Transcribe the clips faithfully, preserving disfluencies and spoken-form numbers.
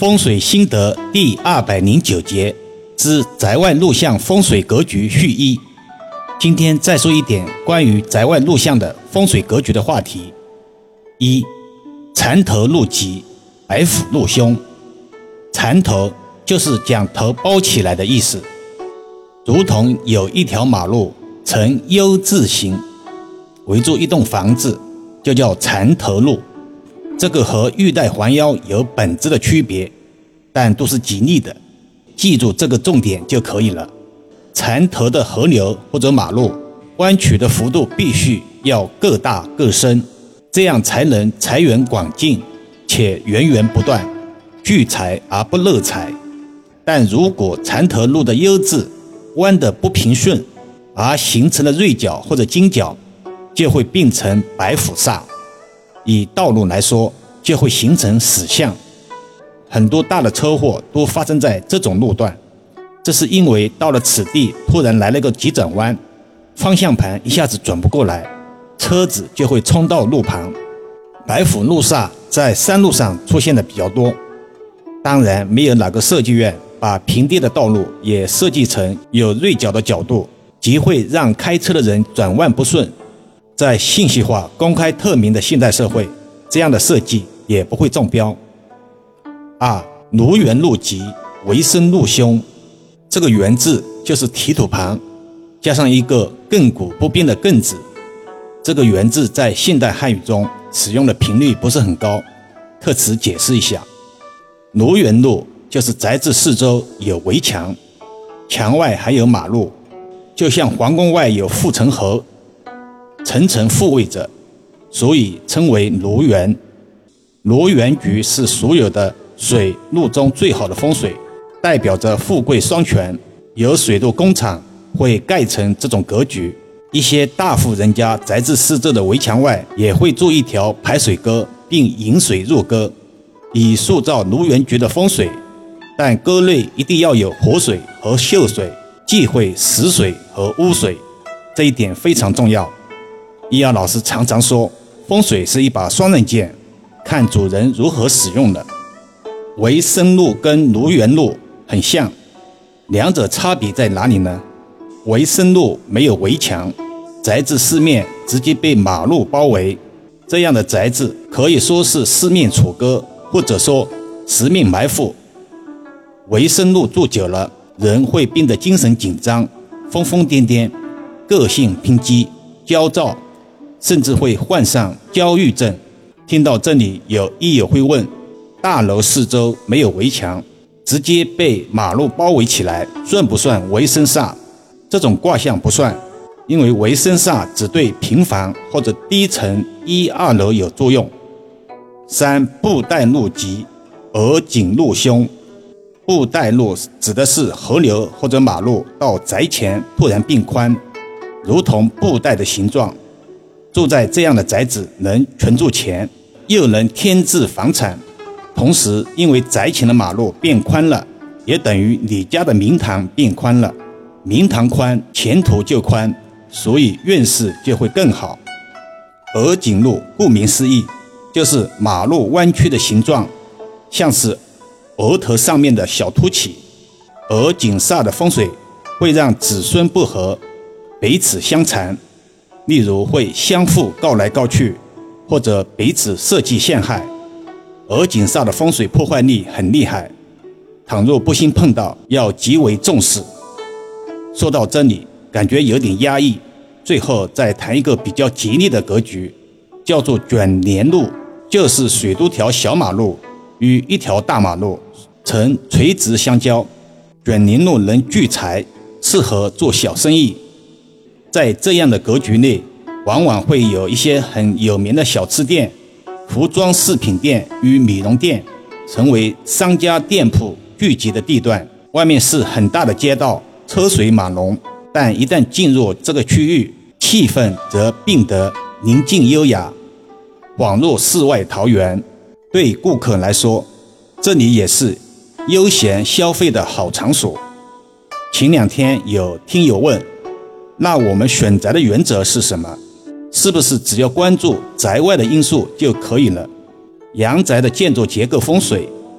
风水心得第二百零九节之宅外入向风水格局续一。今天再说一点关于宅外入向的风水格局的话题。一、蚕头入吉，白虎入凶。蚕头就是将头包起来的意思，如同有一条马路呈 U 字形围住一栋房子，就叫蚕头路。这个和玉带环腰有本质的区别，但都是吉利的，记住这个重点就可以了。蚕头的河流或者马路弯曲的幅度必须要各大各深，这样才能财源广进且源源不断，聚财而不漏财。但如果蚕头路的 U 字弯得不平顺，而形成了锐角或者金角，就会变成白虎煞。以道路来说，就会形成死相。很多大的车祸都发生在这种路段，这是因为到了此地突然来了个急转弯，方向盘一下子转不过来，车子就会冲到路旁。白虎路煞在山路上出现的比较多，当然没有哪个设计院把平地的道路也设计成有锐角的角度，即会让开车的人转弯不顺。在信息化、公开透明的现代社会，这样的设计也不会中标。二、卢园入吉，为生入凶。这个园字就是提土旁加上一个亘古不变的亘字，这个园字在现代汉语中使用的频率不是很高，特此解释一下。卢园路就是宅子四周有围墙，墙外还有马路，就像皇宫外有护城河，层层护卫着，所以称为卢园。卢园局是所有的水路中最好的风水，代表着富贵双全。有水路工厂会盖成这种格局，一些大户人家宅子四周的围墙外也会筑一条排水沟，并引水入沟，以塑造卢园局的风水。但沟内一定要有活水和秀水，忌讳死水和污水，这一点非常重要。易遥老师常常说，风水是一把双刃剑，看主人如何使用的。为生路跟卢园路很像，两者差别在哪里呢？为生路没有围墙，宅子四面直接被马路包围，这样的宅子可以说是四面楚歌，或者说十面埋伏。为生路住久了，人会变得精神紧张，疯疯癫癫，个性偏激，焦躁，甚至会患上焦虑症。听到这里，有益友会问，大楼四周没有围墙，直接被马路包围起来，算不算为生煞？这种卦象不算，因为为生煞只对平房或者低层一二楼有作用。三、布带入吉，而井入凶。布带路指的是河流或者马路到宅前突然变宽，如同布带的形状。住在这样的宅子能存住钱，又能添置房产，同时因为宅前的马路变宽了，也等于你家的明堂变宽了，明堂宽，前途就宽，所以运势就会更好。额井路顾名思义，就是马路弯曲的形状，像是额头上面的小凸起。额井煞的风水会让子孙不和，彼此相残，例如会相互告来告去，或者彼此设计陷害。额井煞的风水破坏力很厉害，倘若不幸碰到，要极为重视。说到这里感觉有点压抑，最后再谈一个比较吉利的格局，叫做卷帘路，就是许多条小马路与一条大马路呈垂直相交，卷帘路能聚财，适合做小生意。在这样的格局内，往往会有一些很有名的小吃店、服装饰品店与美容店，成为商家店铺聚集的地段。外面是很大的街道，车水马龙，但一旦进入这个区域，气氛则变得宁静优雅，恍若世外桃源。对顾客来说，这里也是悠闲消费的好场所。前两天有听友问，那我们选宅的原则是什么？是不是只要关注宅外的因素就可以了？阳宅的建筑结构风水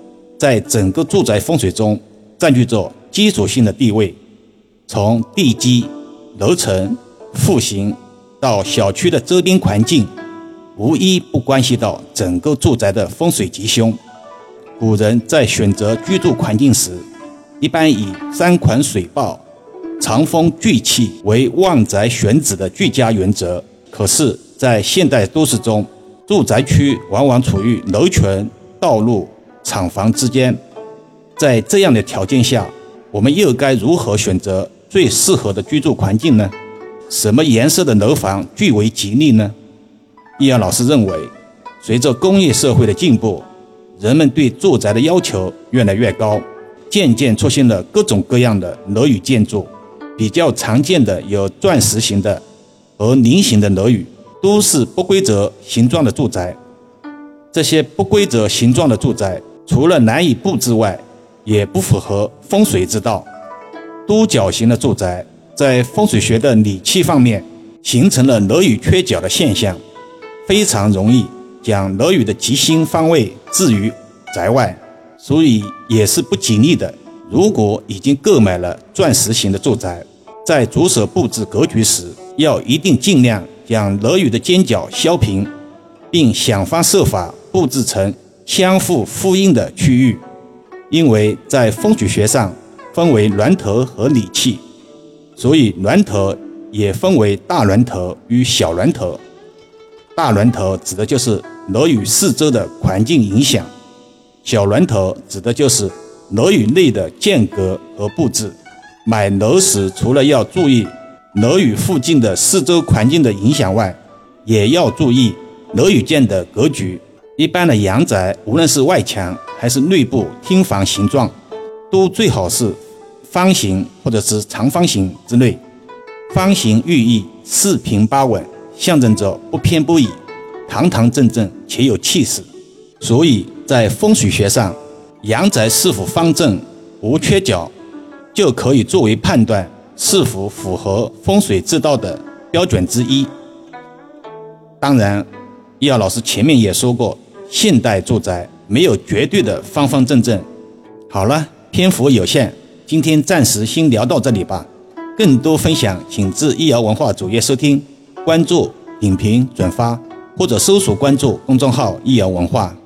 在整个住宅风水中占据着基础性的地位。从地基、楼层、户型到小区的周边环境，无一不关系到整个住宅的风水吉凶。古人在选择居住环境时，一般以山环水抱、藏风聚气为旺宅选址的居家原则。可是在现代都市中，住宅区往往处于楼群、道路、厂房之间。在这样的条件下，我们又该如何选择最适合的居住环境呢？什么颜色的楼房最为吉利呢？易遥老师认为，随着工业社会的进步，人们对住宅的要求越来越高，渐渐出现了各种各样的楼宇建筑。比较常见的有钻石型的和菱形的楼宇，都是不规则形状的住宅。这些不规则形状的住宅除了难以布置外，也不符合风水之道。多角形的住宅在风水学的理气方面形成了楼宇缺角的现象，非常容易将楼宇的吉星方位置于宅外，所以也是不吉利的。如果已经购买了钻石型的住宅，在着手布置格局时，要一定尽量将楼宇的尖角削平，并想方设法布置成相互呼应的区域。因为在风水学上分为峦头和理气，所以峦头也分为大峦头与小峦头。大峦头指的就是楼宇四周的环境影响，小峦头指的就是楼宇内的间隔和布置。买楼时除了要注意楼宇附近的四周环境的影响外，也要注意楼宇间的格局。一般的阳宅，无论是外墙还是内部厅房形状，都最好是方形或者是长方形之类。方形寓意四平八稳，象征着不偏不倚，堂堂正正且有气势。所以在风水学上，阳宅是否方正无缺角，就可以作为判断是否符合风水之道的标准之一。当然，易遥老师前面也说过，现代住宅没有绝对的方方正正。好了，篇幅有限，今天暂时先聊到这里吧。更多分享请至易遥文化主页收听、关注、点评、转发，或者搜索关注公众号易遥文化。